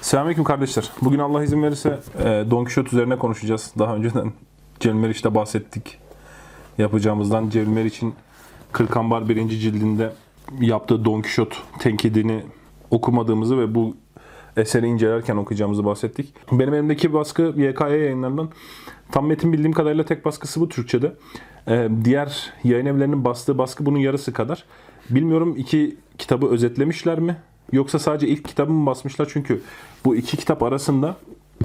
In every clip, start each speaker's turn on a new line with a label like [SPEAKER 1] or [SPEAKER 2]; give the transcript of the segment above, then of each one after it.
[SPEAKER 1] Selamünaleyküm kardeşler. Bugün Allah izin verirse Don Quixote üzerine konuşacağız. Daha önceden Cevil Meriç'te bahsettik yapacağımızdan. Cevil Meriç'in Kırkambar 1. cildinde yaptığı Don Quixote tenkidini okumadığımızı ve bu eseri incelerken okuyacağımızı bahsettik. Benim elimdeki baskı YKY yayınlarından. Tam metin bildiğim kadarıyla tek baskısı bu Türkçe'de. Diğer yayın evlerinin bastığı baskı bunun yarısı kadar. Bilmiyorum iki kitabı özetlemişler mi? Yoksa sadece ilk kitabı mı basmışlar? Çünkü bu iki kitap arasında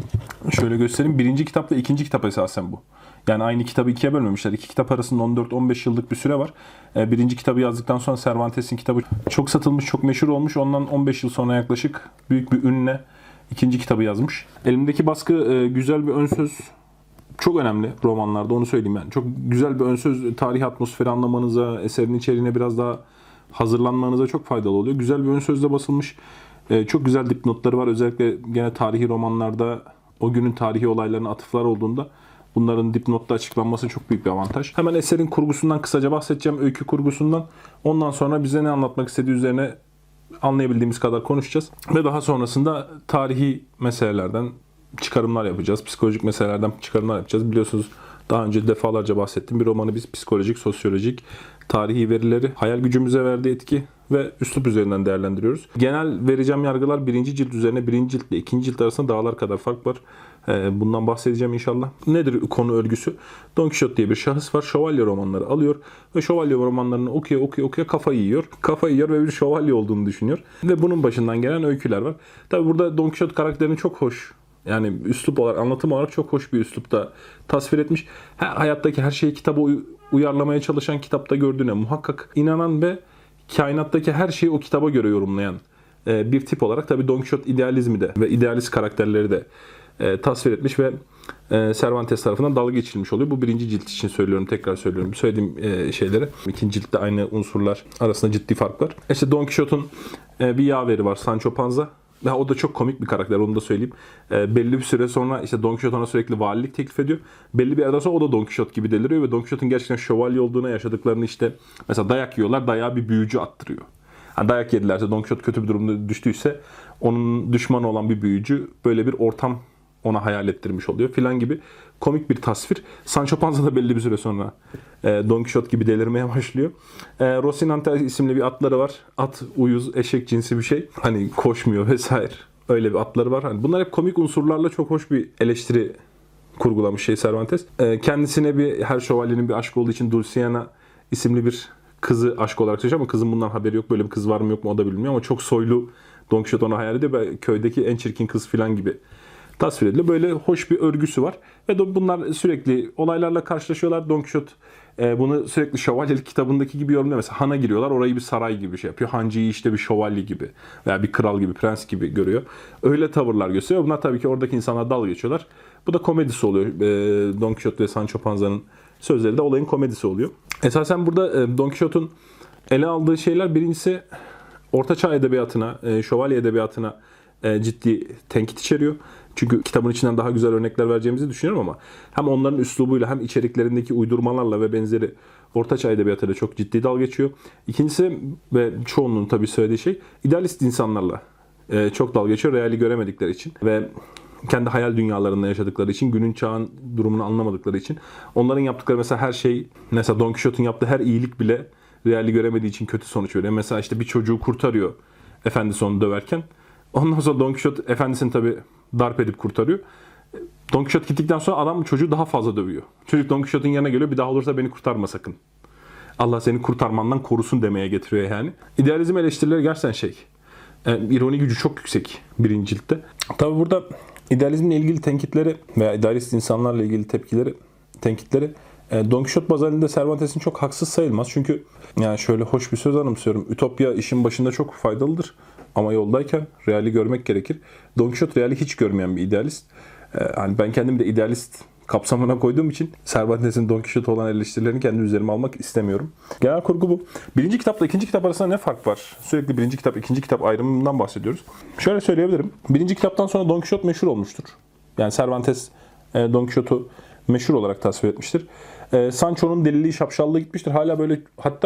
[SPEAKER 1] şöyle göstereyim. Birinci kitapla ikinci kitap esasen bu. Yani aynı kitabı ikiye bölmemişler. İki kitap arasında 14-15 yıllık bir süre var. Birinci kitabı yazdıktan sonra Cervantes'in kitabı çok satılmış, çok meşhur olmuş. Ondan 15 yıl sonra yaklaşık büyük bir ünle ikinci kitabı yazmış. Elimdeki baskı güzel bir ön söz. Çok önemli romanlarda, onu söyleyeyim yani. Çok güzel bir ön söz, tarih atmosferi anlamanıza, eserin içeriğine biraz daha hazırlanmanıza çok faydalı oluyor. Güzel bir ön sözde basılmış. Çok güzel dipnotları var. Özellikle gene tarihi romanlarda o günün tarihi olaylarına atıflar olduğunda bunların dipnotta açıklanması çok büyük bir avantaj. Hemen eserin kurgusundan kısaca bahsedeceğim. Öykü kurgusundan. Ondan sonra bize ne anlatmak istediği üzerine anlayabildiğimiz kadar konuşacağız. Ve daha sonrasında tarihi meselelerden çıkarımlar yapacağız. Psikolojik meselelerden çıkarımlar yapacağız. Biliyorsunuz daha önce defalarca bahsettim. Bir romanı biz psikolojik, sosyolojik, tarihi verileri, hayal gücümüze verdiği etki ve üslup üzerinden değerlendiriyoruz. Genel vereceğim yargılar birinci cilt üzerine, birinci cilt ile ikinci cilt arasında dağlar kadar fark var. Bundan bahsedeceğim inşallah. Nedir konu örgüsü? Don Quixote diye bir şahıs var. Şövalye romanları alıyor ve şövalye romanlarını okuya kafayı yiyor. Kafayı yiyor ve bir şövalye olduğunu düşünüyor. Ve bunun başından gelen öyküler var. Tabi burada Don Quixote karakterini çok hoş, yani üslup olarak, anlatım olarak çok hoş bir üslupta tasvir etmiş. Hayattaki her şeyi kitaba uyarlamaya çalışan, kitapta gördüğüne muhakkak inanan ve kainattaki her şeyi o kitaba göre yorumlayan bir tip olarak tabii Don Quixote idealizmi de ve idealist karakterleri de tasvir etmiş ve Cervantes tarafından dalga geçilmiş oluyor. Bu birinci cilt için söylüyorum, tekrar söylüyorum. Söylediğim şeyleri. İkinci ciltte aynı unsurlar arasında ciddi fark var. İşte Don Quixote'un bir yaveri var, Sancho Panza. Ya o da çok komik bir karakter, onu da söyleyeyim. Belli bir süre sonra işte Don Quixote ona sürekli valilik teklif ediyor. Belli bir yerden sonra o da Don Quixote gibi deliriyor ve Don Quixote'un gerçekten şövalye olduğuna, yaşadıklarını işte mesela dayak yiyorlar, dayağı bir büyücü attırıyor. Yani dayak yedilerse, Don Quixote kötü bir durumda düştüyse onun düşmanı olan bir büyücü böyle bir ortam ona hayal ettirmiş oluyor filan gibi komik bir tasvir. Sancho Panza da belli bir süre sonra Don Quixote gibi delirmeye başlıyor. Rocinante isimli bir atları var. At, uyuz, eşek cinsi bir şey. Hani koşmuyor vesaire. Öyle bir atları var. Hani bunlar hep komik unsurlarla çok hoş bir eleştiri kurgulamış Cervantes. Kendisine her şövalyenin bir aşkı olduğu için Dulcinea isimli bir kızı aşk olarak seçiyor ama kızın bundan haberi yok. Böyle bir kız var mı yok mu o da bilmiyor ama çok soylu Don Quixote onu hayal ediyor ve köydeki en çirkin kız filan gibi tasvir ediliyor. Böyle hoş bir örgüsü var. Ve bunlar sürekli olaylarla karşılaşıyorlar. Don Quixote bunu sürekli şövalyelik kitabındaki gibi yorumluyor. Mesela Han'a giriyorlar. Orayı bir saray gibi bir şey yapıyor. Hancı'yı işte bir şövalye gibi veya bir kral gibi, prens gibi görüyor. Öyle tavırlar gösteriyor. Bunlar tabii ki oradaki insanlar dalga geçiyorlar. Bu da komedisi oluyor. Don Quixote ve Sancho Panza'nın sözleri de olayın komedisi oluyor. Esasen burada Don Quixote'un ele aldığı şeyler, birincisi Orta Çağ edebiyatına, şövalye edebiyatına ciddi tenkit içeriyor. Çünkü kitabın içinden daha güzel örnekler vereceğimizi düşünüyorum ama hem onların üslubuyla hem içeriklerindeki uydurmalarla ve benzeri Ortaçağ edebiyatıyla çok ciddi dalga geçiyor. İkincisi ve çoğunluğun tabii söylediği şey, idealist insanlarla çok dalga geçiyor. Reali göremedikleri için ve kendi hayal dünyalarında yaşadıkları için, günün çağın durumunu anlamadıkları için onların yaptıkları mesela her şey, mesela Don Quixote'un yaptığı her iyilik bile reali göremediği için kötü sonuç veriyor. Mesela işte bir çocuğu kurtarıyor efendisi onu döverken. Ondan sonra Don Quixote efendisini tabii darp edip kurtarıyor. Don Quixote gittikten sonra adam çocuğu daha fazla dövüyor. Çocuk Don Quixote'un yanına geliyor. Bir daha olursa beni kurtarma sakın. Allah seni kurtarmandan korusun demeye getiriyor yani. İdealizm eleştirileri gerçekten ironi gücü çok yüksek birinci ciltte. Tabi burada idealizmle ilgili tenkitleri veya idealist insanlarla ilgili tenkitleri Don Quixote bazarında Cervantes'in çok haksız sayılmaz. Çünkü yani şöyle hoş bir söz anımsıyorum. Ütopya işin başında çok faydalıdır. Ama yoldayken reali görmek gerekir. Don Quixote reali hiç görmeyen bir idealist. Hani ben kendimi de idealist kapsamına koyduğum için Cervantes'in Don Quixote olan eleştirilerini kendi üzerime almak istemiyorum. Genel kurgu bu. Birinci kitapla ikinci kitap arasında ne fark var? Sürekli birinci kitap, ikinci kitap ayrımından bahsediyoruz. Şöyle söyleyebilirim. Birinci kitaptan sonra Don Quixote meşhur olmuştur. Yani Cervantes Don Quixote'u meşhur olarak tasvir etmiştir. Sancho'nun deliliği, şapşallığı gitmiştir. Hala böyle, hatta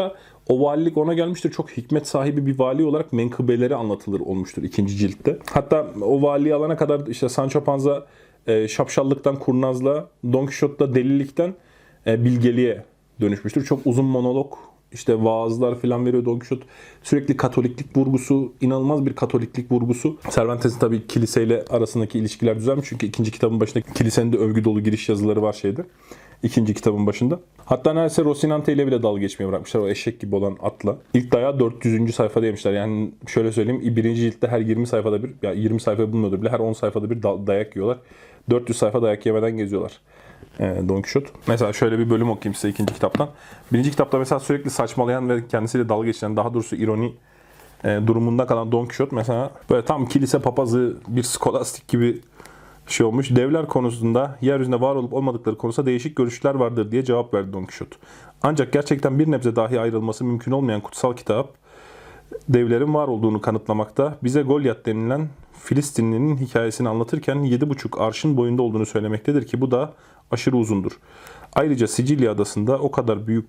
[SPEAKER 1] O valilik ona gelmiştir. Çok hikmet sahibi bir vali olarak menkıbeleri anlatılır olmuştur ikinci ciltte. Hatta o valiliği alana kadar işte Sancho Panza şapşallıktan kurnazlığa, Don Quixote'da delilikten bilgeliğe dönüşmüştür. Çok uzun monolog, işte vaazlar falan veriyor Don Quixote. Sürekli katoliklik vurgusu, inanılmaz bir katoliklik vurgusu. Cervantes'in tabii kiliseyle arasındaki ilişkiler düzelmiş. Çünkü ikinci kitabın başında kilisenin de övgü dolu giriş yazıları var şeyde. İkinci kitabın başında. Hatta neredeyse Rocinante ile bile dalga geçmeye bırakmışlar. O eşek gibi olan atla. İlk dayağı 400. sayfada yemişler. Yani şöyle söyleyeyim. Birinci ciltte her 20 sayfada bir, ya 20 sayfa bulmuyordur bile. Her 10 sayfada bir dayak yiyorlar. 400 sayfa dayak yemeden geziyorlar. Don Quixote. Mesela şöyle bir bölüm okuyayım size ikinci kitaptan. Birinci kitapta mesela sürekli saçmalayan ve kendisiyle dalga geçen, daha doğrusu ironi durumunda kalan Don Quixote mesela böyle tam kilise papazı, bir skolastik gibi şey olmuş. Devler konusunda yeryüzünde var olup olmadıkları konusunda değişik görüşler vardır diye cevap verdi Don Quixote. Ancak gerçekten bir nebze dahi ayrılması mümkün olmayan kutsal kitap devlerin var olduğunu kanıtlamakta. Bize Goliath denilen Filistinlinin hikayesini anlatırken 7,5 arşın boyunda olduğunu söylemektedir ki bu da aşırı uzundur. Ayrıca Sicilya adasında o kadar büyük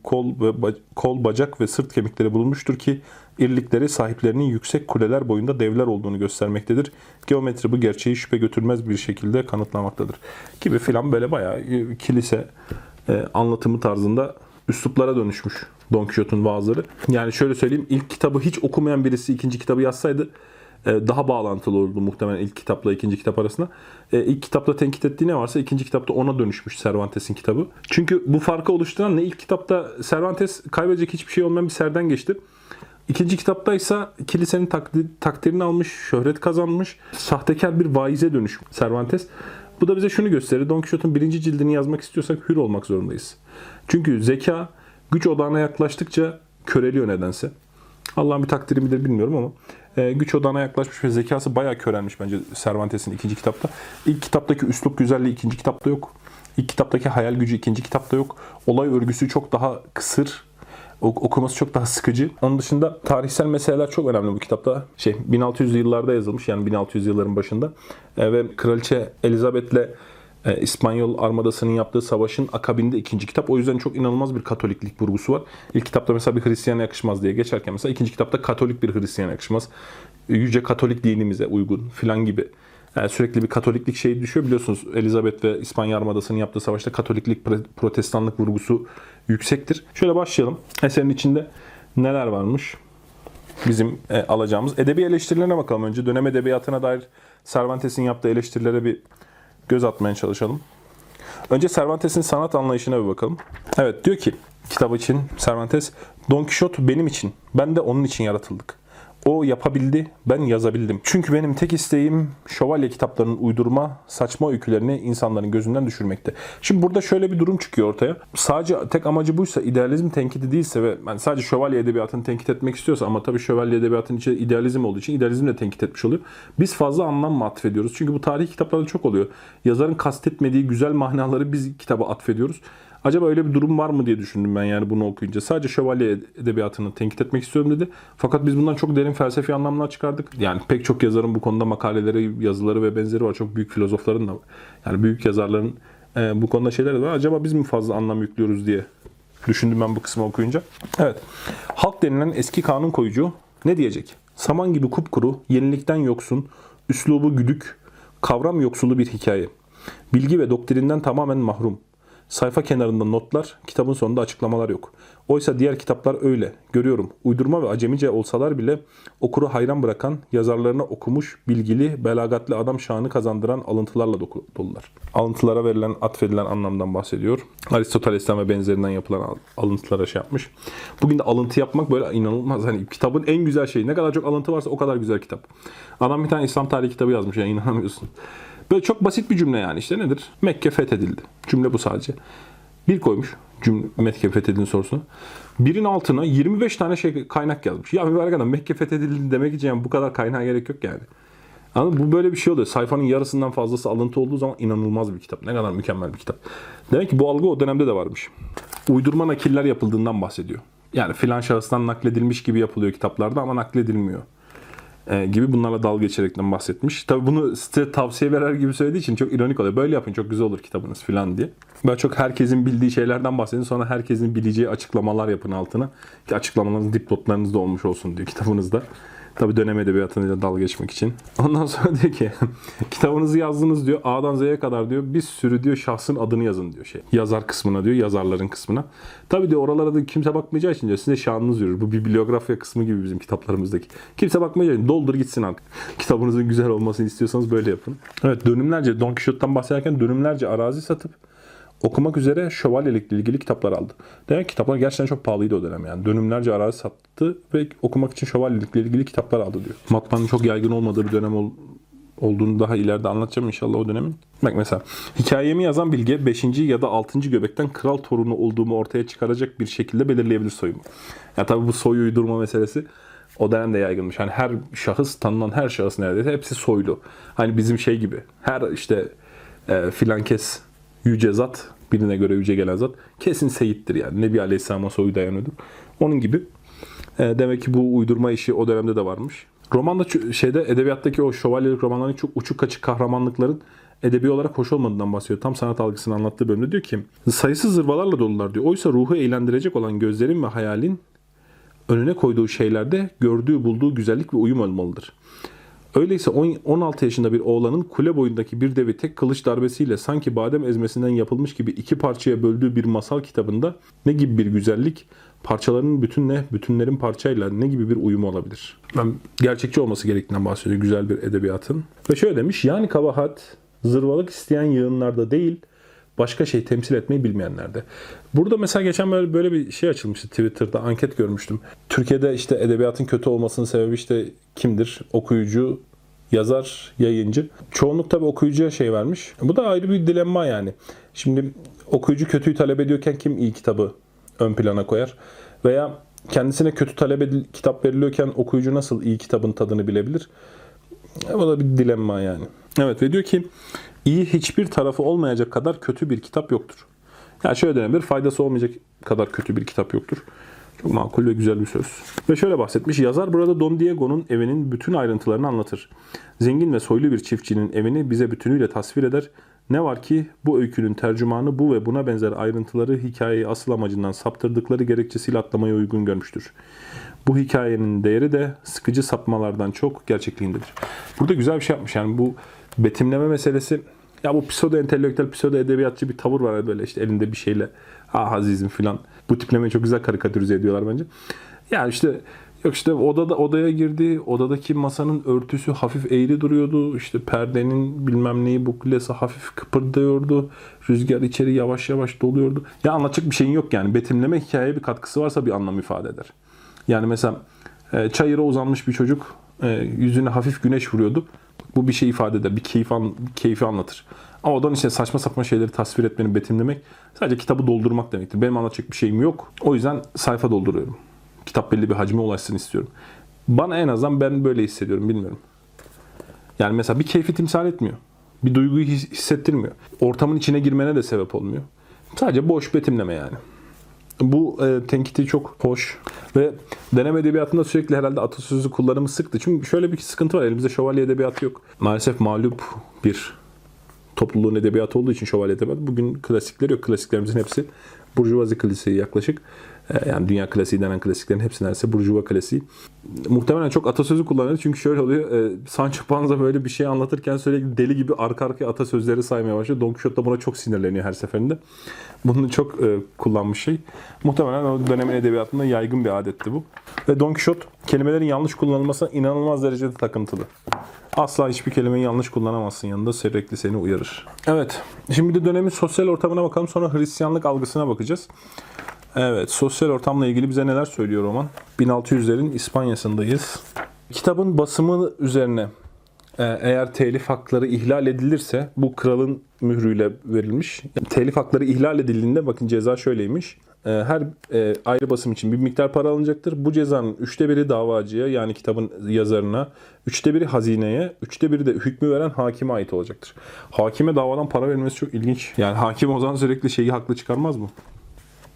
[SPEAKER 1] kol, bacak ve sırt kemikleri bulunmuştur ki irlikleri sahiplerinin yüksek kuleler boyunda devler olduğunu göstermektedir. Geometri bu gerçeği şüphe götürmez bir şekilde kanıtlamaktadır. Gibi filan böyle bayağı kilise anlatımı tarzında üsluplara dönüşmüş Don Quixote'un vaazları. Yani şöyle söyleyeyim, ilk kitabı hiç okumayan birisi ikinci kitabı yazsaydı daha bağlantılı olurdu muhtemelen ilk kitapla ikinci kitap arasında. İlk kitapta tenkit ettiği ne varsa ikinci kitapta ona dönüşmüş Cervantes'in kitabı. Çünkü bu farkı oluşturan ne? İlk kitapta Cervantes kaybedecek hiçbir şey olmayan bir serden geçti. İkinci kitapta ise kilisenin takdirini almış, şöhret kazanmış, sahtekar bir vaize dönüşmüş Cervantes. Bu da bize şunu gösterir. Don Quixote'un birinci cildini yazmak istiyorsak hür olmak zorundayız. Çünkü zeka güç odağına yaklaştıkça köreliyor nedense. Allah'ın bir takdiri midir bilmiyorum ama güç odağına yaklaşmış ve zekası bayağı körelmiş bence Cervantes'in ikinci kitapta. İlk kitaptaki üslup güzelliği ikinci kitapta yok. İlk kitaptaki hayal gücü ikinci kitapta yok. Olay örgüsü çok daha kısır. Okuması çok daha sıkıcı. Onun dışında tarihsel meseleler çok önemli bu kitapta. 1600'lü yıllarda yazılmış, yani 1600 yılların başında. Ve Kraliçe Elizabeth'le İspanyol armadasının yaptığı savaşın akabinde ikinci kitap. O yüzden çok inanılmaz bir katoliklik vurgusu var. İlk kitapta mesela bir Hristiyan yakışmaz diye geçerken mesela ikinci kitapta Katolik bir Hristiyan yakışmaz. Yüce Katolik dinimize uygun filan gibi. Yani sürekli bir Katoliklik şeyi düşüyor. Biliyorsunuz Elizabeth ve İspanya armadasının yaptığı savaşta Katoliklik, Protestanlık vurgusu yüksektir. Şöyle başlayalım. Eserin içinde neler varmış? Bizim alacağımız edebi eleştirilerine bakalım önce. Dönem edebiyatına dair Cervantes'in yaptığı eleştirilere bir göz atmaya çalışalım. Önce Cervantes'in sanat anlayışına bir bakalım. Evet, diyor ki kitabı için Cervantes, Don Quixote benim için, ben de onun için yaratıldık. O yapabildi, ben yazabildim. Çünkü benim tek isteğim şövalye kitaplarının uydurma, saçma öykülerini insanların gözünden düşürmekte. Şimdi burada şöyle bir durum çıkıyor ortaya. Sadece tek amacı buysa, idealizm tenkidi değilse ve yani sadece şövalye edebiyatını tenkit etmek istiyorsa, ama tabii şövalye edebiyatının içinde idealizm olduğu için idealizm de tenkit etmiş oluyor. Biz fazla anlam mı atfediyoruz? Çünkü bu tarihi kitaplarda çok oluyor. Yazarın kastetmediği güzel manaları biz kitaba atfediyoruz. Acaba öyle bir durum var mı diye düşündüm ben yani bunu okuyunca. Sadece şövalye edebiyatını tenkit etmek istiyorum dedi. Fakat biz bundan çok derin felsefi anlamlar çıkardık. Yani pek çok yazarın bu konuda makaleleri, yazıları ve benzeri var. Çok büyük filozofların da, yani büyük yazarların bu konuda şeyleri var. Acaba biz mi fazla anlam yüklüyoruz diye düşündüm ben bu kısmı okuyunca. Evet. Halk denilen eski kanun koyucu ne diyecek? Saman gibi kupkuru, yenilikten yoksun, üslubu güdük, kavram yoksulu bir hikaye. Bilgi ve doktrinden tamamen mahrum. Sayfa kenarında notlar, kitabın sonunda açıklamalar yok. Oysa diğer kitaplar öyle. Görüyorum. Uydurma ve acemice olsalar bile okuru hayran bırakan, yazarlarına okumuş, bilgili, belagatli adam şanı kazandıran alıntılarla dolular. Alıntılara verilen, atfedilen anlamdan bahsediyor. Aristoteles'ten ve benzerinden yapılan alıntılara şey yapmış. Bugün de alıntı yapmak böyle inanılmaz. Hani kitabın en güzel şeyi. Ne kadar çok alıntı varsa o kadar güzel kitap. Adam bir tane İslam tarihi kitabı yazmış. Yani inanamıyorsun. Böyle çok basit bir cümle yani, işte nedir? Mekke fethedildi. Cümle bu sadece. Bir koymuş cümle, Mekke fethedildi sorusunu. Birin altına 25 tane kaynak yazmış. Ya mübarek adam, Mekke fethedildi demek için yani bu kadar kaynağa gerek yok yani. Anladın mı? Bu böyle bir şey oluyor. Sayfanın yarısından fazlası alıntı olduğu zaman inanılmaz bir kitap. Ne kadar mükemmel bir kitap. Demek ki bu algı o dönemde de varmış. Uydurma nakiller yapıldığından bahsediyor. Yani filan şahıstan nakledilmiş gibi yapılıyor kitaplarda ama nakledilmiyor. gibi bunlarla dalga geçerekten bahsetmiş. Tabii bunu size tavsiye verer gibi söylediği için çok ironik oluyor. Böyle yapın çok güzel olur kitabınız falan diye. Böyle çok herkesin bildiği şeylerden bahsedin. Sonra herkesin bileceği açıklamalar yapın altına. Ki açıklamalarınız dipnotlarınız da olmuş olsun diyor kitabınızda. Tabii dönem edebiyatıyla dalga geçmek için. Ondan sonra diyor ki kitabınızı yazdınız diyor. A'dan Z'ye kadar diyor. Bir sürü diyor şahsın adını yazın diyor Yazar kısmına diyor. Yazarların kısmına. Tabii diyor oralara da kimse bakmayacağı için diyor. Size şanınız yürür. Bu bibliografya kısmı gibi bizim kitaplarımızdaki. Kimse bakmayacağı için doldur gitsin artık. Kitabınızın güzel olmasını istiyorsanız böyle yapın. Evet dönümlerce Don Quixote'dan bahsederken dönümlerce arazi satıp okumak üzere şövalyelikle ilgili kitaplar aldı. Demek kitaplar gerçekten çok pahalıydı o dönem yani. Dönümlerce arazi sattı ve okumak için şövalyelikle ilgili kitaplar aldı diyor. Matbaanın çok yaygın olmadığı bir dönem olduğunu daha ileride anlatacağım inşallah o dönemin. Bak mesela hikayemi yazan bilge 5. ya da 6. göbekten kral torunu olduğumu ortaya çıkaracak bir şekilde belirleyebilir soyumu. Ya tabii bu soy uydurma meselesi o dönemde yaygınmış. Hani her şahıs, tanınan her şahıs neredeyse hepsi soylu. Hani bizim şey gibi her işte filan kes yüce zat, birine göre yüce gelen zat kesin seyittir yani. Nebi Aleyhisselam'a soyu dayanıyordur. Onun gibi. Demek ki bu uydurma işi o dönemde de varmış. Romanda edebiyattaki o şövalyelik romanların çok uçuk kaçık kahramanlıkların edebi olarak hoş olmadığından bahsediyor. Tam sanat algısını anlattığı bölümde diyor ki sayısız zırvalarla dolular diyor. Oysa ruhu eğlendirecek olan gözlerin ve hayalin önüne koyduğu şeylerde gördüğü bulduğu güzellik ve uyum olmalıdır. Öyleyse 16 yaşında bir oğlanın kule boyundaki bir devi tek kılıç darbesiyle sanki badem ezmesinden yapılmış gibi iki parçaya böldüğü bir masal kitabında ne gibi bir güzellik, parçaların bütünle, bütünlerin parçayla ne gibi bir uyumu olabilir? Ben gerçekçi olması gerektiğinden bahsediyor güzel bir edebiyatın. Ve şöyle demiş, yani kabahat zırvalık isteyen yığınlarda değil, başka şey temsil etmeyi bilmeyenlerde. Burada mesela geçen böyle bir şey açılmıştı Twitter'da, anket görmüştüm. Türkiye'de işte edebiyatın kötü olmasının sebebi işte kimdir? Okuyucu, yazar, yayıncı. Çoğunluk tabii okuyucuya şey vermiş. Bu da ayrı bir dilemma yani. Şimdi okuyucu kötüyü talep ediyorken kim iyi kitabı ön plana koyar? Veya kendisine kötü kitap veriliyorken okuyucu nasıl iyi kitabın tadını bilebilir? Bu da bir dilemma yani. Evet ve diyor ki iyi hiçbir tarafı olmayacak kadar kötü bir kitap yoktur. Yani şöyle denebilir, faydası olmayacak kadar kötü bir kitap yoktur. Çok makul ve güzel bir söz. Ve şöyle bahsetmiş, yazar burada Don Diego'nun evinin bütün ayrıntılarını anlatır. Zengin ve soylu bir çiftçinin evini bize bütünüyle tasvir eder. Ne var ki bu öykünün tercümanı bu ve buna benzer ayrıntıları hikayeyi asıl amacından saptırdıkları gerekçesiyle atlamaya uygun görmüştür. Bu hikayenin değeri de sıkıcı sapmalardan çok gerçekliğindedir. Burada güzel bir şey yapmış yani bu betimleme meselesi. Ya bu pseudo entelektüel, pseudo edebiyatçı bir tavır var böyle işte elinde bir şeyle azizim filan. Bu tiplemeyi çok güzel karikatürize ediyorlar bence. Ya işte yok işte odaya girdi. Odadaki masanın örtüsü hafif eğri duruyordu. İşte perdenin bilmem neyi buklesi hafif kıpırdıyordu. Rüzgar içeri yavaş yavaş doluyordu. Ya anlatacak bir şeyin yok yani. Betimleme hikayeye bir katkısı varsa bir anlam ifade eder. Yani mesela çayıra uzanmış bir çocuk yüzüne hafif güneş vuruyordu. Bu bir şey ifade eder. Bir keyfi anlatır. Ama odanın içinde saçma sapan şeyleri tasvir etmenin, betimlemek sadece kitabı doldurmak demektir. Benim anlatacak bir şeyim yok. O yüzden sayfa dolduruyorum. Kitap belli bir hacme ulaşsın istiyorum. Bana en azından ben böyle hissediyorum. Bilmiyorum. Yani mesela bir keyfi timsal etmiyor. Bir duyguyu hissettirmiyor. Ortamın içine girmene de sebep olmuyor. Sadece boş betimleme yani. Bu tenkiti çok hoş ve deneme edebiyatında sürekli herhalde atasözü kullanımı sıktı. Çünkü şöyle bir sıkıntı var. Elimizde şövalye edebiyatı yok. Maalesef mağlup bir topluluğun edebiyatı olduğu için şövalye edebiyatı. Bugün klasikleri yok. Klasiklerimizin hepsi burjuvazi klasiği yaklaşık. Yani dünya klasiği denen klasiklerin hepsi neredeyse burjuva klasiği. Muhtemelen çok atasözü kullanıyor. Çünkü şöyle oluyor. Sancho Panza böyle bir şey anlatırken sürekli deli gibi arka arkaya atasözleri saymaya başlıyor. Don Quixote da buna çok sinirleniyor her seferinde. Bunu çok kullanmış şey. Muhtemelen o dönemin edebiyatında yaygın bir adetti bu. Ve Don Quixote kelimelerin yanlış kullanılmasına inanılmaz derecede takıntılı. Asla hiçbir kelimeyi yanlış kullanamazsın yanında sürekli seni uyarır. Evet. Şimdi de dönemin sosyal ortamına bakalım. Sonra Hristiyanlık algısına bakacağız. Evet. Sosyal ortamla ilgili bize neler söylüyor roman? 1600'lerin İspanya'sındayız. Kitabın basımı üzerine eğer telif hakları ihlal edilirse bu kralın mührüyle verilmiş. Telif hakları ihlal edildiğinde bakın ceza şöyleymiş. Her ayrı basım için bir miktar para alınacaktır. Bu cezanın 1/3'ü davacıya yani kitabın yazarına, 1/3'ü hazineye, 1/3'ü de hükmü veren hakime ait olacaktır. Hakime davadan para verilmesi çok ilginç. Yani hakim o zaman sürekli şeyi haklı çıkarmaz mı?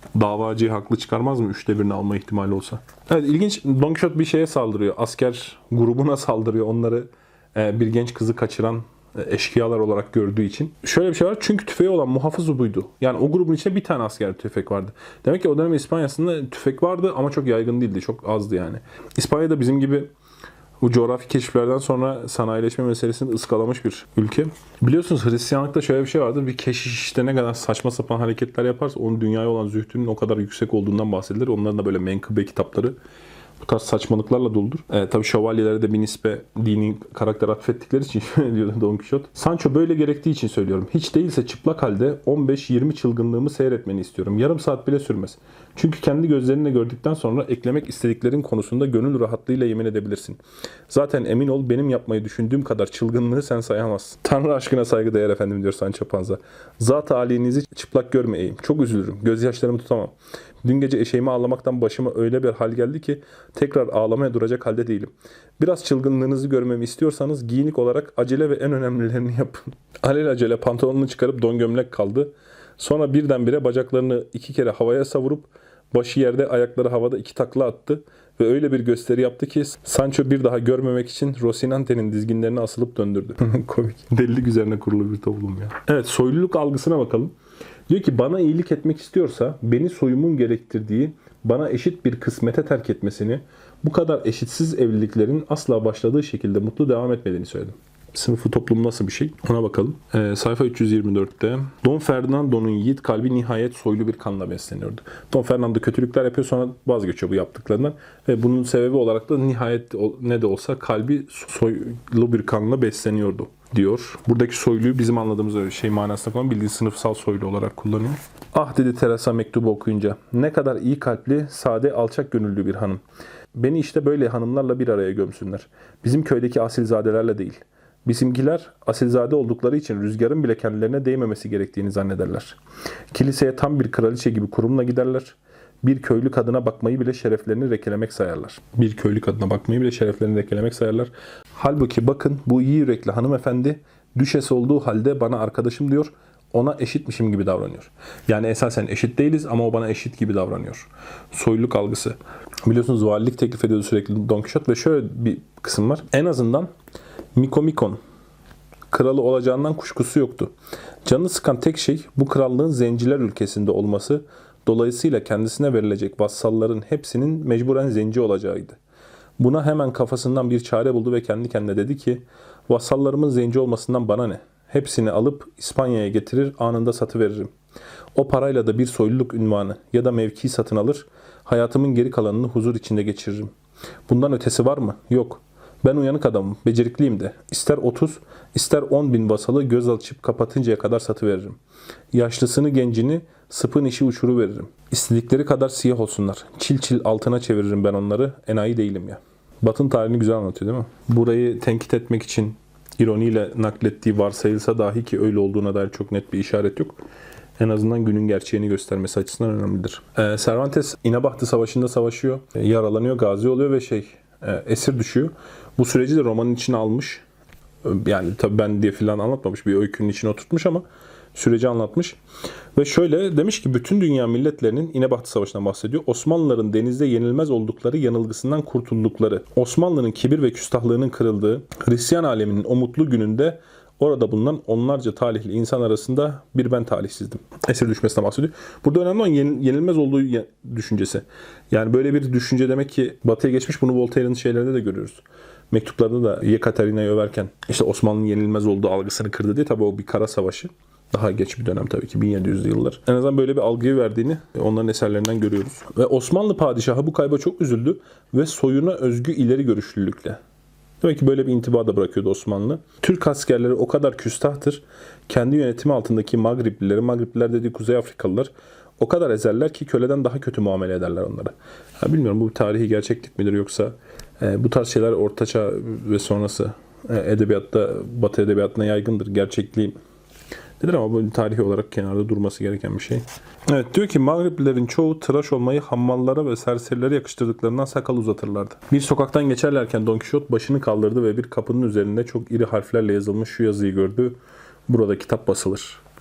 [SPEAKER 1] davacıyı haklı çıkarmaz mı 1/3'ünü alma ihtimali olsa? Evet, ilginç. Don Quixote bir şeye saldırıyor. Asker grubuna saldırıyor. Onları bir genç kızı kaçıran eşkıyalar olarak gördüğü için. Şöyle bir şey var. Çünkü tüfeği olan muhafız buydu. Yani o grubun içinde bir tane asker tüfek vardı. Demek ki o dönem İspanya'sında tüfek vardı ama çok yaygın değildi. Çok azdı yani. İspanya'da bizim gibi bu coğrafi keşiflerden sonra sanayileşme meselesini ıskalamış bir ülke. Biliyorsunuz Hristiyanlıkta şöyle bir şey vardır. Bir keşiş işte ne kadar saçma sapan hareketler yaparsa onun dünyaya olan zühdünün o kadar yüksek olduğundan bahsedilir. Onların da böyle menkıbe kitapları bu tarz saçmalıklarla doludur. Tabii şövalyelere de bir nispe dini karakter atfettikleri için şöyle diyordu Don Quixote. Sancho böyle gerektiği için söylüyorum. Hiç değilse çıplak halde 15-20 çılgınlığımı seyretmeni istiyorum. Yarım saat bile sürmez. Çünkü kendi gözlerinle gördükten sonra eklemek istediklerin konusunda gönül rahatlığıyla yemin edebilirsin. Zaten emin ol benim yapmayı düşündüğüm kadar çılgınlığı sen sayamazsın. Tanrı aşkına saygıdeğer efendim diyor Sancho Panza. Zat-ı alinizi çıplak görmeyeyim. Çok üzülürüm. Gözyaşlarımı tutamam. Dün gece eşeğimi ağlamaktan başıma öyle bir hal geldi ki tekrar ağlamaya duracak halde değilim. Biraz çılgınlığınızı görmemi istiyorsanız giyinik olarak acele ve en önemlilerini yapın. Alelacele pantolonunu çıkarıp don gömlek kaldı. Sonra birdenbire bacaklarını 2 kere havaya savurup başı yerde ayakları havada 2 takla attı ve öyle bir gösteri yaptı ki Sancho bir daha görmemek için Rocinante'nin dizginlerine asılıp döndürdü. Komik. Delilik üzerine kurulu bir toplum ya. Evet, soyluluk algısına bakalım. Diyor ki bana iyilik etmek istiyorsa beni soyumun gerektirdiği bana eşit bir kısmete terk etmesini, bu kadar eşitsiz evliliklerin asla başladığı şekilde mutlu devam etmediğini söyledim. Sınıfı toplum nasıl bir şey? Ona bakalım. Sayfa 324'te. Don Ferdinando'nun yiğit kalbi nihayet soylu bir kanla besleniyordu. Don Ferdinando kötülükler yapıyor, sonra vazgeçiyor bu yaptıklarından. Ve bunun sebebi olarak da nihayet ne de olsa kalbi soylu bir kanla besleniyordu diyor. Buradaki soyluyu bizim anladığımız öyle şey manasında kullanıyor. Bildiğin sınıfsal soylu olarak kullanıyor. Ah dedi Teresa mektubu okuyunca. Ne kadar iyi kalpli, sade, alçak gönüllü bir hanım. Beni işte böyle hanımlarla bir araya gömsünler. Bizim köydeki asilzadelerle değil. Bizimkiler asilzade oldukları için rüzgarın bile kendilerine değmemesi gerektiğini zannederler. Kiliseye tam bir kraliçe gibi kurumla giderler. Bir köylü kadına bakmayı bile şereflerini lekelemek sayarlar. Bir köylü kadına bakmayı bile şereflerini lekelemek sayarlar. Halbuki bakın bu iyi yürekli hanımefendi düşes olduğu halde bana arkadaşım diyor. Ona eşitmişim gibi davranıyor. Yani esasen eşit değiliz ama o bana eşit gibi davranıyor. Soyluluk algısı. Biliyorsunuz valilik teklif ediyordu sürekli Don Quixote ve şöyle bir kısım var. En azından Mikomikon kralı olacağından kuşkusu yoktu. Canını sıkan tek şey bu krallığın zenciler ülkesinde olması, dolayısıyla kendisine verilecek vassalların hepsinin mecburen zenci olacağıydı. Buna hemen kafasından bir çare buldu ve kendi kendine dedi ki, vassallarımın zenci olmasından bana ne? Hepsini alıp İspanya'ya getirir, anında satıveririm. O parayla da bir soyluluk unvanı ya da mevki satın alır, hayatımın geri kalanını huzur içinde geçiririm. Bundan ötesi var mı? Yok. Ben uyanık adamım, becerikliyim de. İster 30, ister 10 bin vasalı göz açıp kapatıncaya kadar satıveririm. Yaşlısını gencini sıpın işi uçuru veririm. İstedikleri kadar siyah olsunlar. Çil çil altına çeviririm ben onları. Enayi değilim ya. Batın tarihini güzel anlatıyor değil mi? Burayı tenkit etmek için ironiyle naklettiği varsayılsa dahi ki öyle olduğuna dair çok net bir işaret yok. En azından günün gerçeğini göstermesi açısından önemlidir. Cervantes İnebahtı Savaşı'nda savaşıyor. Yaralanıyor, gazi oluyor ve esir düşüyor. Bu süreci de romanın içine almış. Yani tabii ben diye filan anlatmamış. Bir öykünün içine oturtmuş ama süreci anlatmış. Ve şöyle demiş ki bütün dünya milletlerinin İnebahtı Savaşı'ndan bahsediyor. Osmanlıların denizde yenilmez oldukları yanılgısından kurtuldukları, Osmanlı'nın kibir ve küstahlığının kırıldığı, Hristiyan aleminin o mutlu gününde orada bulunan onlarca talihli insan arasında bir ben talihsizdim. Esir düşmesinden bahsediyor. Burada önemli olan yenilmez olduğu düşüncesi. Yani böyle bir düşünce demek ki batıya geçmiş. Bunu Voltaire'in şeylerinde de görüyoruz. Mektuplarda da Yekaterina'yı överken işte Osmanlı'nın yenilmez olduğu algısını kırdı diye, tabii o bir kara savaşı. Daha geç bir dönem tabii ki 1700'lü yıllar. En azından böyle bir algıyı verdiğini onların eserlerinden görüyoruz. Ve Osmanlı padişahı bu kayba çok üzüldü ve soyuna özgü ileri görüşlülükle. Demek ki böyle bir intiba da bırakıyordu Osmanlı. Türk askerleri o kadar küstahtır. Kendi yönetimi altındaki Magripliler dediği Kuzey Afrikalılar o kadar ezerler ki köleden daha kötü muamele ederler onlara. Bilmiyorum bu bir tarihi gerçeklik midir yoksa bu tarz şeyler Ortaçağ ve sonrası edebiyatta, Batı edebiyatına yaygındır. Gerçekliği nedir ama bu tarihi olarak kenarda durması gereken bir şey. Evet, diyor ki Mağriplilerin çoğu tıraş olmayı hammallara ve serserilere yakıştırdıklarından sakal uzatırlardı. Bir sokaktan geçerlerken Don Quixote başını kaldırdı ve bir kapının üzerinde çok iri harflerle yazılmış şu yazıyı gördü. Burada kitap basılır.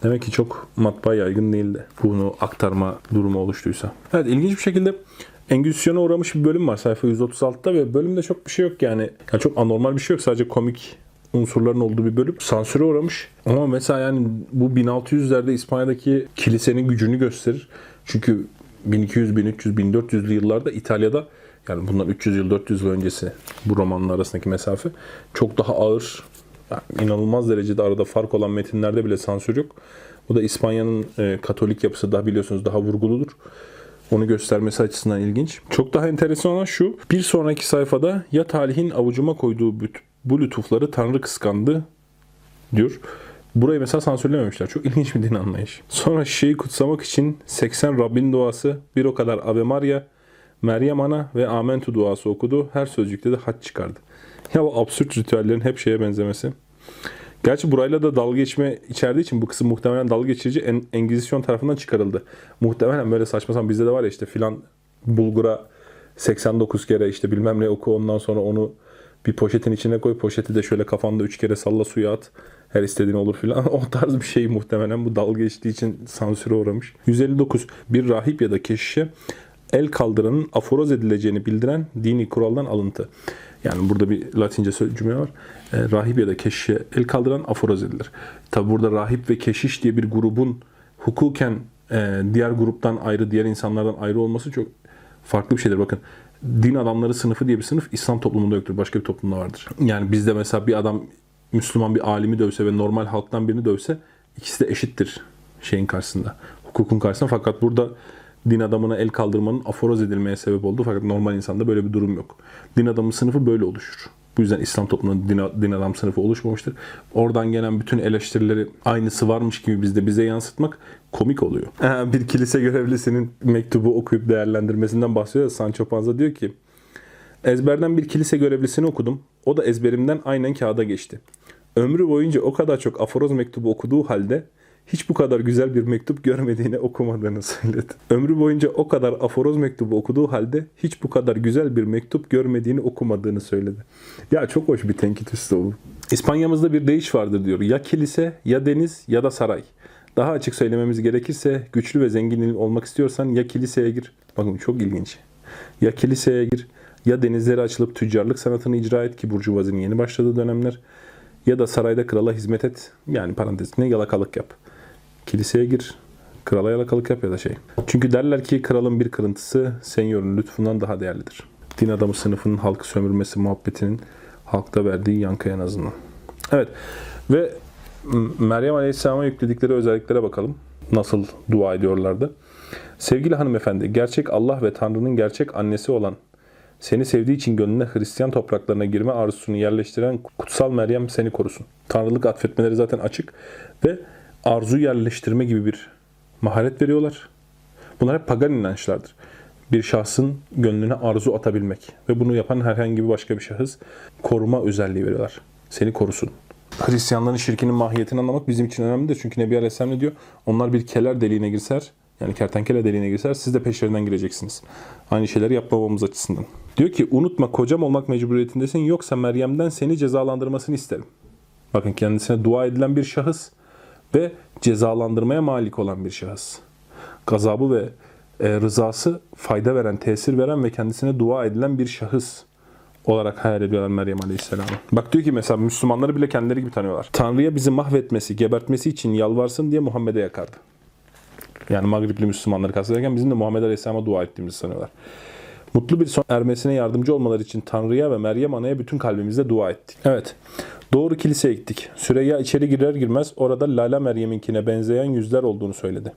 [SPEAKER 1] Demek ki çok matbaa yaygın değildi. Bunu aktarma durumu oluştuysa. Evet, ilginç bir şekilde Engizisyon'a uğramış bir bölüm var sayfa 136'da ve bölümde çok bir şey yok yani. Çok anormal bir şey yok. Sadece komik unsurların olduğu bir bölüm. Sansüre uğramış. Ama mesela yani bu 1600'lerde İspanya'daki kilisenin gücünü gösterir. Çünkü 1200, 1300, 1400'lü yıllarda İtalya'da, yani bundan 300 yıl 400 yıl öncesi bu romanın arasındaki mesafe çok daha ağır, yani inanılmaz derecede arada fark olan metinlerde bile sansür yok. Bu da İspanya'nın Katolik yapısı daha biliyorsunuz daha vurguludur. Onu göstermesi açısından ilginç. Çok daha enteresan olan şu. Bir sonraki sayfada ya talihin avucuma koyduğu bu lütufları Tanrı kıskandı diyor. Burayı mesela sansürlememişler. Çok ilginç bir din anlayışı. Sonra şişeyi kutsamak için 80 Rabbin duası, bir o kadar Ave Maria, Meryem Ana ve Amentu duası okudu. Her sözcükte de haç çıkardı. Ya bu absürt ritüellerin hep şeye benzemesi. Gerçi burayla da dalga geçme içerdiği için bu kısım muhtemelen dalga geçirici Engizisyon tarafından çıkarıldı. Muhtemelen böyle saçma sapan bizde de var ya işte filan bulgura 89 kere işte bilmem ne oku, ondan sonra onu bir poşetin içine koy, poşeti de şöyle kafanda 3 kere salla, suya at, her istediğin olur filan. O tarz bir şey muhtemelen bu dalga geçtiği için sansüre uğramış. 159. Bir rahip ya da keşişe el kaldıranın aforoz edileceğini bildiren dini kuraldan alıntı. Yani burada bir Latince cümle var. Rahip ya da keşişe el kaldıran aforoz edilir. Tabi burada rahip ve keşiş diye bir grubun hukuken diğer gruptan ayrı, diğer insanlardan ayrı olması çok farklı bir şeydir. Bakın, din adamları sınıfı diye bir sınıf İslam toplumunda yoktur. Başka bir toplumda vardır. Yani bizde mesela bir adam Müslüman bir alimi dövse ve normal halktan birini dövse ikisi de eşittir şeyin karşısında. Hukukun karşısında. Fakat burada din adamına el kaldırmanın aforoz edilmeye sebep oldu. Fakat normal insanda böyle bir durum yok. Din adamı sınıfı böyle oluşur. Bu yüzden İslam toplumunda din adam sınıfı oluşmamıştır. Oradan gelen bütün eleştirileri aynısı varmış gibi bize yansıtmak komik oluyor. Bir kilise görevlisinin mektubu okuyup değerlendirmesinden bahsediyor. Sancho Panza diyor ki, ezberden bir kilise görevlisini okudum. O da ezberimden aynen kağıda geçti. Ömrü boyunca o kadar çok aforoz mektubu okuduğu halde hiç bu kadar güzel bir mektup görmediğini, okumadığını söyledi. Ömrü boyunca o kadar aforoz mektubu okuduğu halde hiç bu kadar güzel bir mektup görmediğini, okumadığını söyledi. Ya çok hoş bir tenkit üslubu. İspanyamızda bir deyiş vardır diyor. Ya kilise, ya deniz, ya da saray. Daha açık söylememiz gerekirse güçlü ve zengin olmak istiyorsan ya kiliseye gir. Bakın çok ilginç. Ya kiliseye gir, ya denizlere açılıp tüccarlık sanatını icra et ki burjuvazinin yeni başladığı dönemler. Ya da sarayda krala hizmet et. Yani parantezine yalakalık yap. Kiliseye gir, krala yalakalık yap ya da şey. Çünkü derler ki kralın bir kırıntısı senyorun lütfundan daha değerlidir. Din adamı sınıfının halkı sömürmesi muhabbetinin halkta verdiği yankı en azından. Evet ve Meryem Aleyhisselam'a yükledikleri özelliklere bakalım. Nasıl dua ediyorlardı. Sevgili hanımefendi, gerçek Allah ve Tanrı'nın gerçek annesi olan, seni sevdiği için gönlüne Hristiyan topraklarına girme arzusunu yerleştiren kutsal Meryem seni korusun. Tanrılık atfetmeleri zaten açık ve arzu yerleştirme gibi bir maharet veriyorlar. Bunlar hep pagan inançlardır. Bir şahsın gönlüne arzu atabilmek ve bunu yapan herhangi bir başka bir şahıs koruma özelliği veriyorlar. Seni korusun. Hristiyanların şirkinin mahiyetini anlamak bizim için önemlidir. Çünkü Nebi Aleyhisselam ne diyor? Onlar bir keler deliğine girser, yani kertenkele deliğine girser, siz de peşlerinden gireceksiniz. Aynı şeyleri yapmamamız açısından. Diyor ki, unutma kocam olmak mecburiyetindesin, yoksa Meryem'den seni cezalandırmasını isterim. Bakın, kendisine dua edilen bir şahıs ve cezalandırmaya malik olan bir şahıs. Gazabı ve rızası fayda veren, tesir veren ve kendisine dua edilen bir şahıs olarak hayal ediyorlar Meryem Aleyhisselam'ı. Bak diyor ki mesela Müslümanları bile kendileri gibi tanıyorlar. Tanrı'ya bizi mahvetmesi, gebertmesi için yalvarsın diye Muhammed'e yakardı. Yani Magribli Müslümanları kastederken bizim de Muhammed Aleyhisselam'a dua ettiğimizi sanıyorlar. Mutlu bir son ermesine yardımcı olmaları için Tanrı'ya ve Meryem Ana'ya bütün kalbimizle dua ettik. Evet. Doğru kiliseye gittik. Süreyya içeri girer girmez orada Lala Meryem'inkine benzeyen yüzler olduğunu söyledi.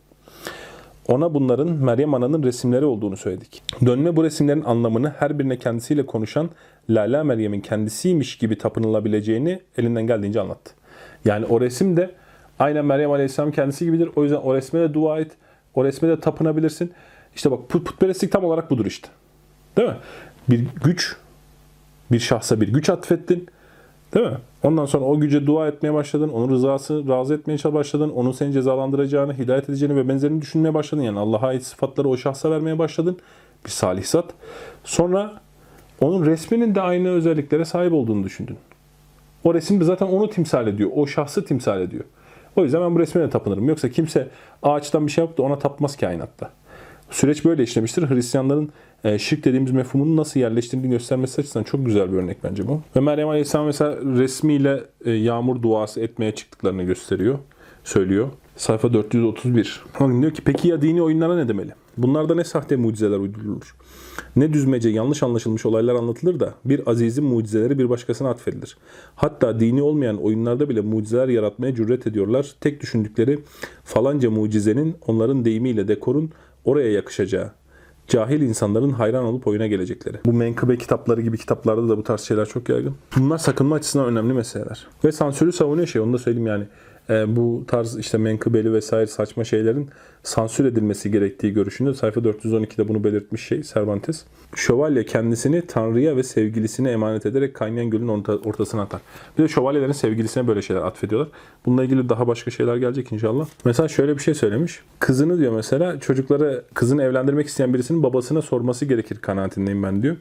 [SPEAKER 1] Ona bunların Meryem Ana'nın resimleri olduğunu söyledik. Dönme bu resimlerin anlamını her birine kendisiyle konuşan Lala Meryem'in kendisiymiş gibi tapınılabileceğini elinden geldiğince anlattı. Yani o resim de aynen Meryem Aleyhisselam kendisi gibidir. O yüzden o resme de dua et. O resme de tapınabilirsin. İşte bak putperestlik tam olarak budur işte. Değil mi? Bir güç, bir şahsa bir güç atfettin. Değil mi? Ondan sonra o güce dua etmeye başladın. Onun rızası razı etmeye başladın. Onun seni cezalandıracağını, hidayet edeceğini ve benzerini düşünmeye başladın. Yani Allah'a ait sıfatları o şahsa vermeye başladın. Bir salih zat. Sonra onun resminin de aynı özelliklere sahip olduğunu düşündün. O resim de zaten onu timsal ediyor. O şahsı timsal ediyor. O yüzden ben bu resme de tapınırım. Yoksa kimse ağaçtan bir şey yapıp da ona tapmaz kainatta. Süreç böyle işlemiştir. Hristiyanların şirk dediğimiz mefhumunu nasıl yerleştirdiğini göstermesi açısından çok güzel bir örnek bence bu. Ve Meryem Aleyhisselam mesela resmiyle yağmur duası etmeye çıktıklarını söylüyor. Sayfa 431. Bakın diyor ki peki ya dini oyunlara ne demeli? Bunlarda ne sahte mucizeler uydurulur? Ne düzmece yanlış anlaşılmış olaylar anlatılır da bir azizin mucizeleri bir başkasına atfedilir. Hatta dini olmayan oyunlarda bile mucizeler yaratmaya cüret ediyorlar. Tek düşündükleri falanca mucizenin onların deyimiyle dekorun oraya yakışacağı. Cahil insanların hayran olup oyuna gelecekleri. Bu menkıbe kitapları gibi kitaplarda da bu tarz şeyler çok yaygın. Bunlar sakınma açısından önemli meseleler. Ve sansürü savunuyor onu da söyleyeyim yani. Bu tarz işte menkıbeli vesaire saçma şeylerin sansür edilmesi gerektiği görüşünde sayfa 412'de bunu belirtmiş Cervantes. Şövalye kendisini Tanrı'ya ve sevgilisine emanet ederek kaynayan gölün ortasına atar. Bir de şövalyelerin sevgilisine böyle şeyler atfediyorlar. Bununla ilgili daha başka şeyler gelecek inşallah. Mesela şöyle bir şey söylemiş. Kızını diyor mesela kızını evlendirmek isteyen birisinin babasına sorması gerekir kanaatindeyim ben diyor.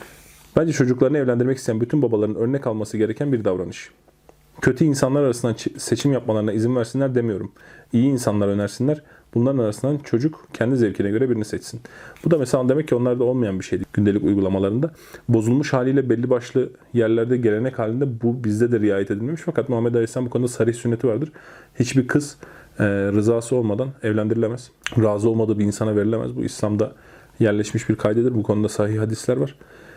[SPEAKER 1] Bence çocuklarını evlendirmek isteyen bütün babaların örnek alması gereken bir davranış. Kötü insanlar arasından seçim yapmalarına izin versinler demiyorum. İyi insanlar önersinler. Bunların arasından çocuk kendi zevkine göre birini seçsin. Bu da mesela demek ki onlarda olmayan bir şeydi gündelik uygulamalarında. Bozulmuş haliyle belli başlı yerlerde gelenek halinde bu bizde de riayet edilmemiş. Fakat Muhammed Aleyhisselam bu konuda sarih sünneti vardır. Hiçbir kız rızası olmadan evlendirilemez. Razı olmadığı bir insana verilemez. Bu İslam'da yerleşmiş bir kaydedir. Bu konuda sahih hadisler var.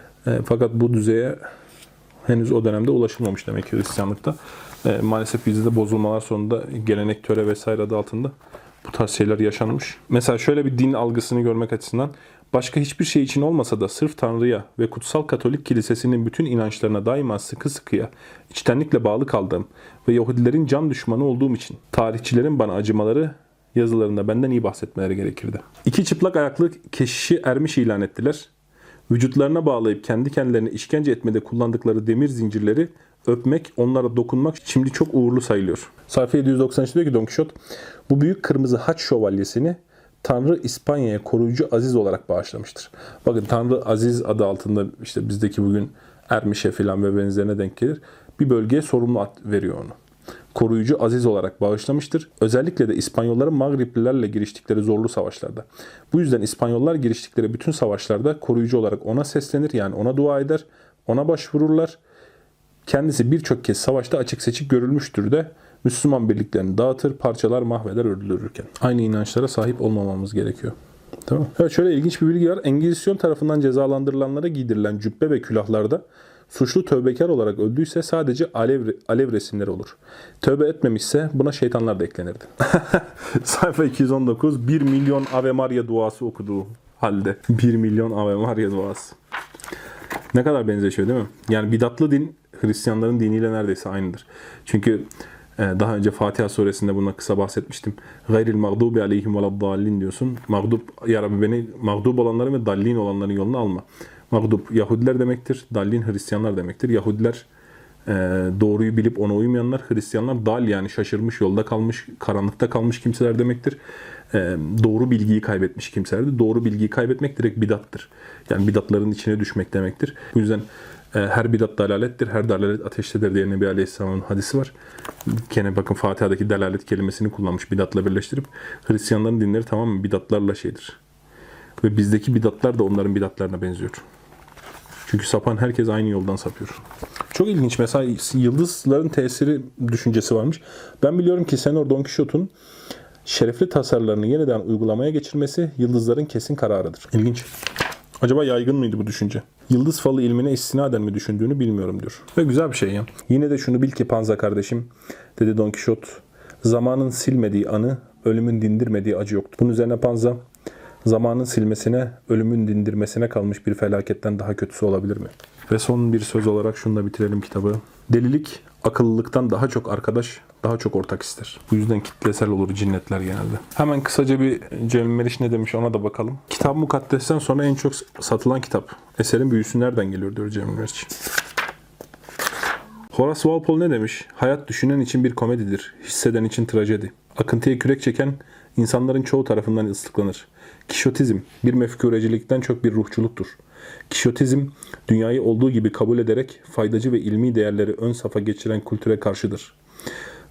[SPEAKER 1] Fakat bu düzeye henüz o dönemde ulaşılmamış demek ki Hristiyanlıkta. Maalesef bizde de bozulmalar sonunda gelenek, töre vesaire adı altında bu tarz şeyler yaşanmış. Mesela şöyle bir din algısını görmek açısından başka hiçbir şey için olmasa da sırf Tanrı'ya ve Kutsal Katolik Kilisesi'nin bütün inançlarına daima sıkı sıkıya, içtenlikle bağlı kaldığım ve Yahudilerin can düşmanı olduğum için tarihçilerin bana acımaları yazılarında benden iyi bahsetmeleri gerekirdi. İki çıplak ayaklı keşişi ermiş ilan ettiler. Vücutlarına bağlayıp kendi kendilerine işkence etmede kullandıkları demir zincirleri öpmek, onlara dokunmak şimdi çok uğurlu sayılıyor. Sayfa 793 diyor ki Don Quixote, bu büyük kırmızı haç şövalyesini Tanrı İspanya'ya koruyucu Aziz olarak bağışlamıştır. Bakın Tanrı Aziz adı altında işte bizdeki bugün Ermiş'e filan ve benzerine denk gelir. Bir bölgeye sorumlu ad veriyor onu. Koruyucu Aziz olarak bağışlamıştır. Özellikle de İspanyolların Mağriplilerle giriştikleri zorlu savaşlarda. Bu yüzden İspanyollar giriştikleri bütün savaşlarda koruyucu olarak ona seslenir, yani ona dua eder, ona başvururlar. Kendisi birçok kez savaşta açık seçik görülmüştür de Müslüman birliklerini dağıtır, parçalar, mahveder öldürürken. Aynı inançlara sahip olmamamız gerekiyor. Tamam. Evet, şöyle ilginç bir bilgi var. Engizisyon tarafından cezalandırılanlara giydirilen cübbe ve külahlarda suçlu tövbekar olarak öldüyse sadece alev resimleri olur. Tövbe etmemişse buna şeytanlar da eklenirdi. Sayfa 219, 1 milyon Ave Maria duası okuduğu halde. 1 milyon Ave Maria duası. Ne kadar benzeşiyor değil mi? Yani bidatlı din Hristiyanların diniyle neredeyse aynıdır. Çünkü daha önce Fatiha suresinde buna kısa bahsetmiştim. Gayril mağdubi aleyhim veleddallin diyorsun. Mağdub, ya Rabbi beni mağdub olanların ve dallin olanların yolunu alma. Mağdub Yahudiler demektir. Dallin Hristiyanlar demektir. Yahudiler doğruyu bilip ona uymayanlar, Hristiyanlar dal yani şaşırmış, yolda kalmış, karanlıkta kalmış kimseler demektir. Doğru bilgiyi kaybetmiş kimselerdir. Doğru bilgiyi kaybetmek direkt bidattır. Yani bidatların içine düşmek demektir. Bu yüzden her bidat dalalettir, her dalalet ateştedir diye Nebi Aleyhisselam'ın hadisi var. Gene bakın Fatiha'daki dalalet kelimesini kullanmış bidatla birleştirip. Hristiyanların dinleri tamamen bidatlarla şeydir. Ve bizdeki bidatlar da onların bidatlarına benziyor. Çünkü sapan herkes aynı yoldan sapıyor. Çok ilginç. Mesela yıldızların tesiri düşüncesi varmış. Ben biliyorum ki Senor Don Quixote'un şerefli tasarılarını yeniden uygulamaya geçirmesi yıldızların kesin kararıdır. İlginç. Acaba yaygın mıydı bu düşünce? Yıldız falı ilmine istinaden mi düşündüğünü bilmiyorum diyor. Ve güzel bir şey ya. Yine de şunu bil ki Panza kardeşim, dedi Don Quixote, zamanın silmediği anı, ölümün dindirmediği acı yoktur. Bunun üzerine Panza, zamanın silmesine, ölümün dindirmesine kalmış bir felaketten daha kötüsü olabilir mi? Ve son bir söz olarak şununla bitirelim kitabı. Delilik, akıllılıktan daha çok arkadaş, daha çok ortak ister. Bu yüzden kitlesel olur cinnetler genelde. Hemen kısaca bir Cemil Meriç ne demiş ona da bakalım. Kitab-ı Mukaddes'ten sonra en çok satılan kitap. Eserin büyüsü nereden geliyor diyor Cemil Meriç. Horace Walpole ne demiş? Hayat düşünen için bir komedidir, hisseden için trajedi. Akıntıya kürek çeken insanların çoğu tarafından ıslıklanır. Kişotizm bir mefkurecilikten çok bir ruhçuluktur. Kişotizm dünyayı olduğu gibi kabul ederek faydacı ve ilmi değerleri ön safa geçiren kültüre karşıdır.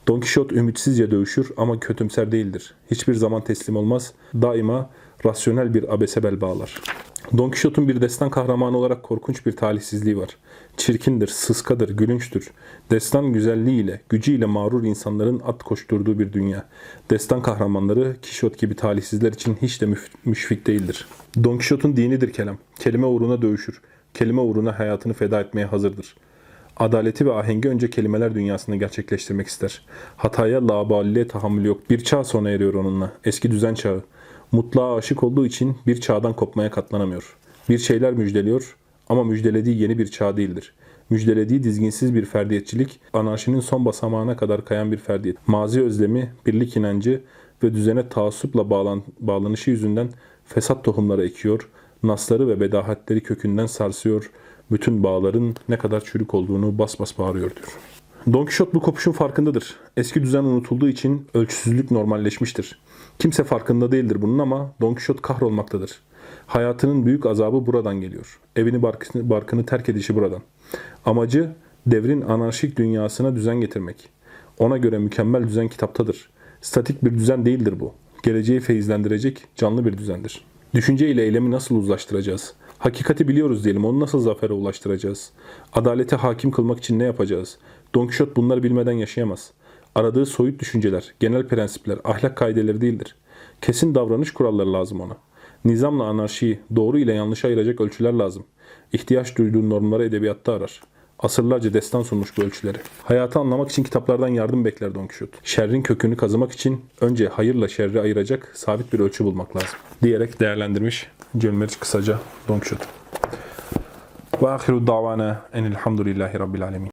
[SPEAKER 1] Don Kişot ümitsizce dövüşür ama kötümser değildir. Hiçbir zaman teslim olmaz. Daima rasyonel bir abese bel bağlar. Don Kişot'un bir destan kahramanı olarak korkunç bir talihsizliği var. Çirkindir, sıskadır, gülünçtür. Destan güzelliğiyle, gücüyle mağrur insanların at koşturduğu bir dünya. Destan kahramanları Kişot gibi talihsizler için hiç de müşfik değildir. Don Kişot'un dinidir kelam. Kelime uğruna dövüşür. Kelime uğruna hayatını feda etmeye hazırdır. Adaleti ve ahengi önce kelimeler dünyasında gerçekleştirmek ister. Hataya, laubaliye tahammül yok. Bir çağ sona eriyor onunla. Eski düzen çağı. Mutluğa aşık olduğu için bir çağdan kopmaya katlanamıyor. Bir şeyler müjdeliyor ama müjdelediği yeni bir çağ değildir. Müjdelediği dizginsiz bir ferdiyetçilik, anarşinin son basamağına kadar kayan bir ferdiyet. Mazi özlemi, birlik inancı ve düzene taassupla bağlanışı yüzünden fesat tohumları ekiyor, nasları ve bedahatleri kökünden sarsıyor, bütün bağların ne kadar çürük olduğunu bas bas bağırıyor diyor. Don Kişot bu kopuşun farkındadır. Eski düzen unutulduğu için ölçüsüzlük normalleşmiştir. Kimse farkında değildir bunun ama Don Kişot kahrolmaktadır. Hayatının büyük azabı buradan geliyor. Evini barkını terk edişi buradan. Amacı devrin anarşik dünyasına düzen getirmek. Ona göre mükemmel düzen kitaptadır. Statik bir düzen değildir bu. Geleceği feyizlendirecek canlı bir düzendir. Düşünce ile eylemi nasıl uzlaştıracağız? Hakikati biliyoruz diyelim, onu nasıl zafere ulaştıracağız? Adaleti hakim kılmak için ne yapacağız? Don Kişot bunları bilmeden yaşayamaz. Aradığı soyut düşünceler, genel prensipler, ahlak kaideleri değildir. Kesin davranış kuralları lazım ona. Nizamla anarşiyi, doğru ile yanlışı ayıracak ölçüler lazım. İhtiyaç duyduğu normları edebiyatta arar. Asırlarca destan sunmuş bu ölçüleri. Hayatı anlamak için kitaplardan yardım bekler Don Kişot. Şerrin kökünü kazımak için önce hayırla şerri ayıracak sabit bir ölçü bulmak lazım. Diyerek değerlendirmiş Cemil Meriç kısaca Don Kişot. Ve ahiru davana enilhamdülillahi rabbil alemin.